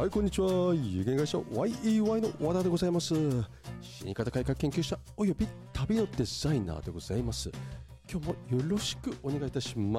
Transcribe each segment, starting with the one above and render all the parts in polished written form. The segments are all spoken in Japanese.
はい、こんにちは。有限会社 YEY の和田でございます。死に方改革研究者および旅のデザイナーでございます。今日もよろしくお願いいたします。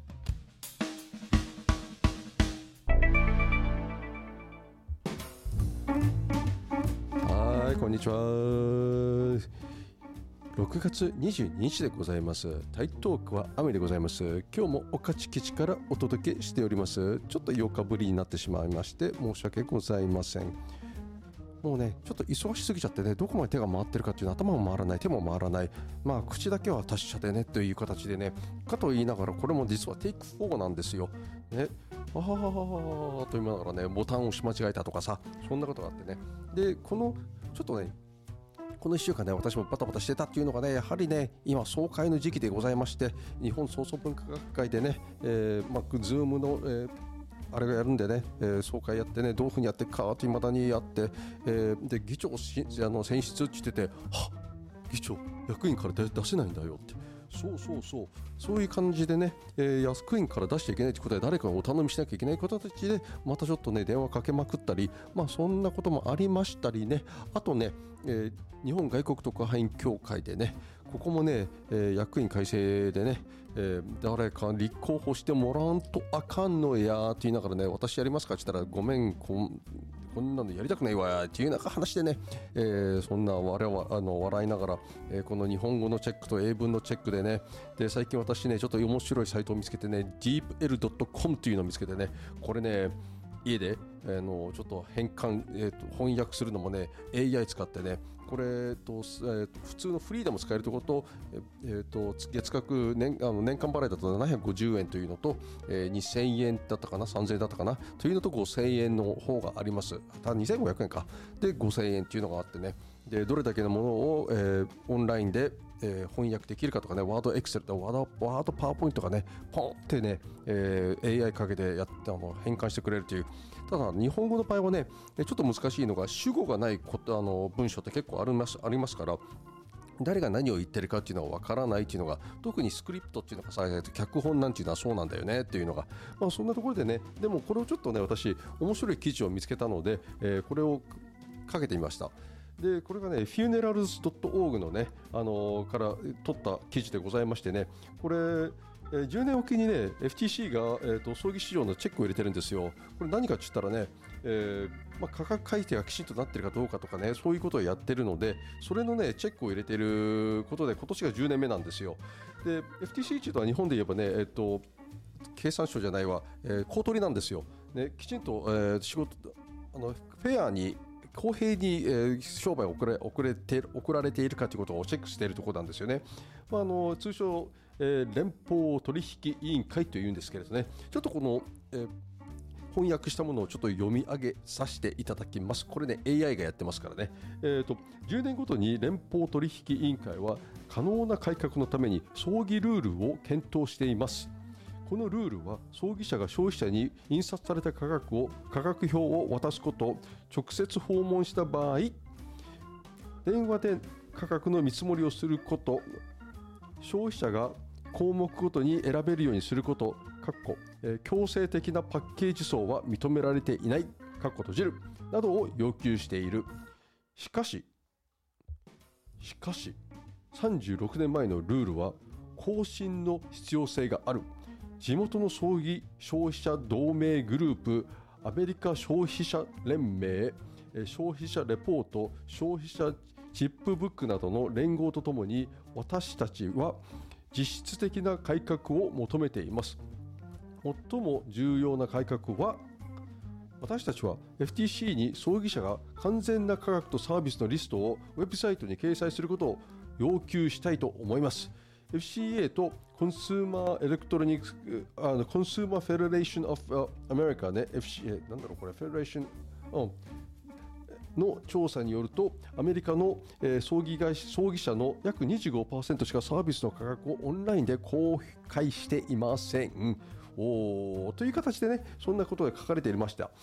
はい、こんにちは。6月22日でございます。台東区は雨でございます。今日も御徒基地からお届けしております。ちょっと8日ぶりになってしまいまして申し訳ございません。もうね、ちょっと忙しすぎちゃってね、どこまで手が回ってるかっていうのは頭も回らない、手も回らない、まあ口だけは達者でねという形でね、かと言いながらこれも実はテイク4なんですよ。ね、あはははと言いながらね、ボタンを押し間違えたとかさ、そんなことがあってね。で、このちょっとね、この1週間ね、私もバタバタしてたっていうのがね、やはりね、今総会の時期でございまして、日本創造文化学会でね、ズームの、あれがやるんでね、総会やってね、どういうふうにやっていくかっていまだにやって、で議長選出って言ってて、はっ、議長役員から出せないんだよって、そういう感じでね、役員から出しちゃいけないということで誰かをお頼みしなきゃいけない形でまたちょっとね電話かけまくったり、まあそんなこともありましたりね。あとね、日本外国特派員協会でね、ここもね、役員改正でね、誰か立候補してもらわんとあかんのやって言いながらね、私やりますかって言ったら、ごめん、こんなのやりたくないわっていう話でね、そんな笑いながら、この日本語のチェックと英文のチェックでね、で最近私ねちょっと面白いサイトを見つけてね、deepl.com っていうのを見つけてね、これね家でちょっと翻訳するのもね AI 使ってね、これ普通のフリーでも使えるところと、月額年間払いだと750円というのと、2000円だったかな、3000円だったかなというのと5000円の方があります。2500円かで5000円っていうのがあってね、でどれだけのものを、オンラインで翻訳できるかとかね、ワードエクセルとワードパワーポイントがねポンってね、AI かけてやって変換してくれるという。ただ日本語の場合はねちょっと難しいのが、主語がない文章って結構ありますから、誰が何を言ってるかっていうのは分からないっていうのが、特にスクリプトっていうのがさ、脚本なんていうのはそうなんだよねっていうのが、まあそんなところでね、でもこれをちょっとね私面白い記事を見つけたので、これをかけてみました。でこれがね funerals.org のね、から取った記事でございましてね、これ10年おきにね FTC が、葬儀市場のチェックを入れてるんですよ。これ何かって言ったらね、価格改定がきちんとなってるかどうかとかね、そういうことをやってるので、それのねチェックを入れてることで今年が10年目なんですよ。で FTC っていうのは日本で言えばね、経産省じゃないわ、公取なんですよ、ね、きちんと、仕事フェアに公平に、商売を送られているかということをチェックしているところなんですよね。通称、連邦取引委員会というんですけれどね、ちょっとこの、翻訳したものをちょっと読み上げさせていただきます。これね AI がやってますからね。10年ごとに連邦取引委員会は可能な改革のために葬儀ルールを検討しています。このルールは葬儀社が消費者に印刷された価格表を渡すこと、直接訪問した場合電話で価格の見積もりをすること、消費者が項目ごとに選べるようにすること強制的なパッケージ送は認められていない閉じるなどを要求している。しかし36年前のルールは更新の必要性がある。地元の葬儀消費者同盟グループ、アメリカ消費者連盟、消費者レポート、消費者チップブックなどの連合とともに、私たちは実質的な改革を求めています。最も重要な改革は、私たちは FTC に葬儀社が完全な価格とサービスのリストをウェブサイトに掲載することを要求したいと思います。FCA とコンスーマーエレクトロニクス、コンスーマーフェデレーションオブアメリカね、FCA なんだろうこれ、フェデレーション、の調査によると、アメリカの、葬儀社の約 25% しかサービスの価格をオンラインで公開していません。という形でね、そんなことが書かれていました。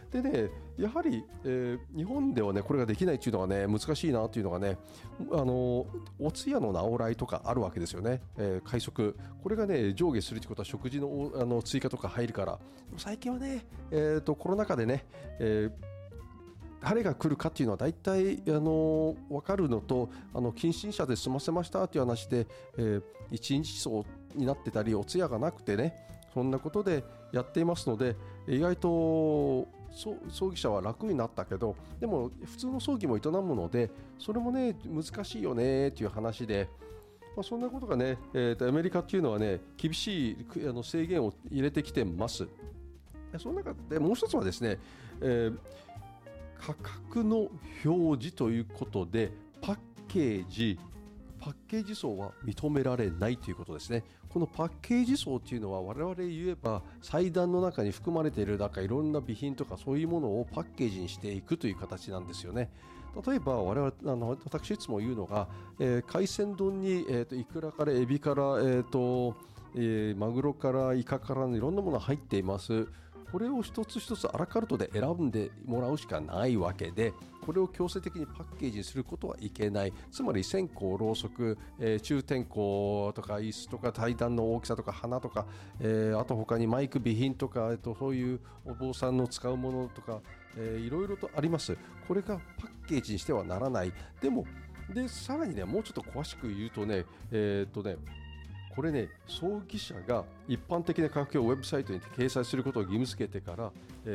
でね、やはり、日本ではねこれができないっていうのがね難しいなっていうのがね、お通夜の直来とかあるわけですよね。会食これがね上下するということは食事の追加とか入るから、最近はね、コロナ禍でね、誰が来るかっていうのは大体分かるのと、近親者で済ませましたっていう話で、一日葬になってたりお通夜がなくてね、そんなことでやっていますので、意外と葬儀者は楽になったけど、でも普通の葬儀も営むのでそれもね難しいよねっていう話で、そんなことがね、アメリカっていうのはね厳しい制限を入れてきてます。その中でもう一つはですね、価格の表示ということでパッケージ層は認められないということですね。このパッケージ層というのは我々言えば祭壇の中に含まれているいろんな備品とかそういうものをパッケージにしていくという形なんですよね。例えば我々私いつも言うのが、海鮮丼に、イクラからエビから、マグロからイカからのいろんなものが入っています。これを一つ一つアラカルトで選んでもらうしかないわけで、これを強制的にパッケージにすることはいけない。つまり線香、ろうそく、中点香とか椅子とか祭壇の大きさとか花とか、あと他にマイク備品とか、そういうお坊さんの使うものとか、いろいろとあります。これがパッケージにしてはならない。でさらにねもうちょっと詳しく言うとね、これね葬儀社が一般的な価格をウェブサイトに掲載することを義務付けてから、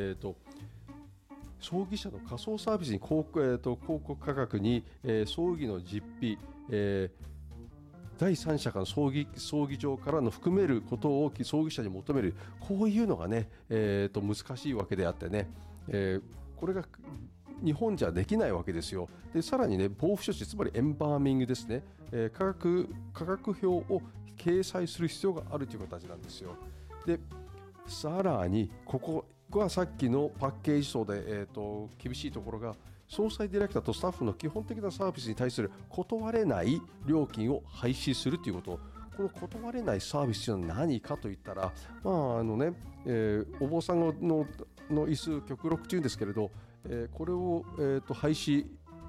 葬儀社の仮想サービスに広告価格に、葬儀の実費、第三者から葬儀場からの含めることを葬儀社に求める、こういうのがね、難しいわけであってね、これが日本じゃできないわけですよ。でさらにね防腐処置、つまりエンバーミングですね、価格表を掲載する必要があるという形なんですよ。でさらにここがさっきのパッケージ層で、厳しいところが、総裁ディレクターとスタッフの基本的なサービスに対する断れない料金を廃止するということ。この断れないサービスというのは何かといったら、お坊さんの椅子極録というんですけれど、これを、廃止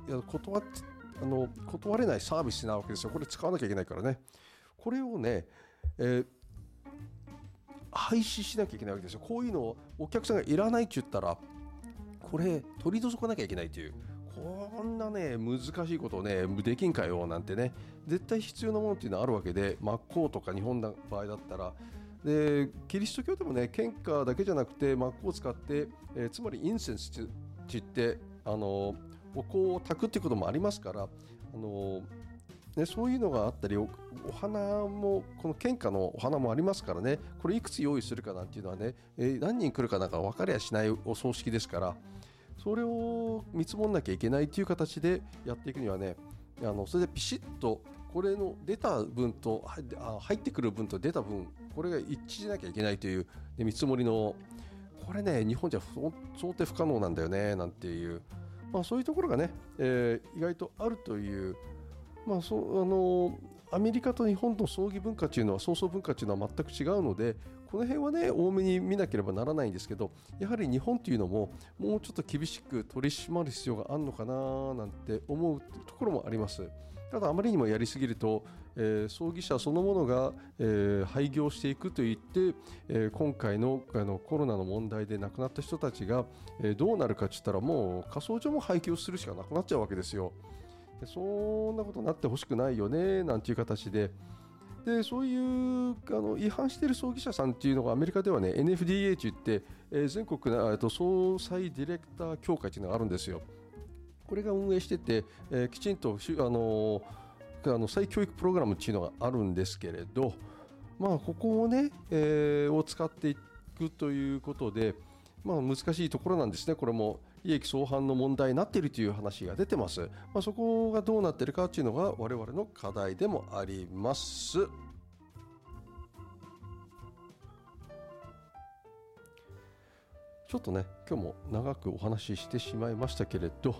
断れないサービスなわけですよ。これ使わなきゃいけないからね。これをね、廃止しなきゃいけないわけですよ。こういうのをお客さんがいらないって言ったら、これ取り除かなきゃいけないという、こんなね難しいことをねできんかよなんてね、絶対必要なものっていうのはあるわけで、真っ向とか日本の場合だったら、でキリスト教でもね献花だけじゃなくて真っ向を使って、つまりインセンスって言ってお香を焚くっていうこともありますから、そういうのがあったり、お花もこの献花のお花もありますからね、これいくつ用意するかなんていうのはね、何人来るかなんか分かりゃしないお葬式ですから、それを見積もんなきゃいけないという形でやっていくにはね、それでピシッとこれの出た分と入ってくる分と出た分、これが一致しなきゃいけないという見積もりの、これね日本じゃ想定不可能なんだよねなんていう、そういうところがね、意外とあるという、アメリカと日本の葬儀文化というのは、葬送文化というのは全く違うので、この辺はね多めに見なければならないんですけど、やはり日本というのももうちょっと厳しく取り締まる必要があるのかななんて思うところもあります。ただあまりにもやりすぎると、葬儀社そのものが、廃業していくといって、今回の、コロナの問題で亡くなった人たちが、どうなるかといったら、もう火葬場も廃業するしかなくなっちゃうわけですよ。でそんなことになってほしくないよねなんていう形で、そういう違反している葬儀社さんっていうのがアメリカではね NFDA といって、全国の葬祭ディレクター協会というのがあるんですよ。これが運営してて、きちんと再教育プログラムっていうのがあるんですけれど、ここをね、を使っていくということで、難しいところなんですね。これも利益相反の問題になっているという話が出てます。そこがどうなっているかというのが我々の課題でもあります。ちょっとね今日も長くお話ししてしまいましたけれど、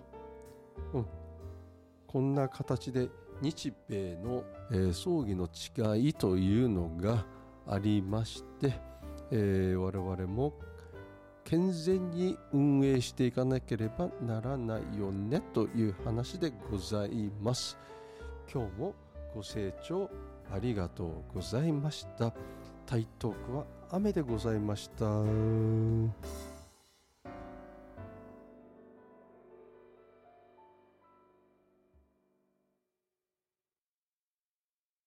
こんな形で日米の、葬儀の違いというのがありまして、我々も健全に運営していかなければならないよねという話でございます。今日もご清聴ありがとうございました。台東区は雨でございました。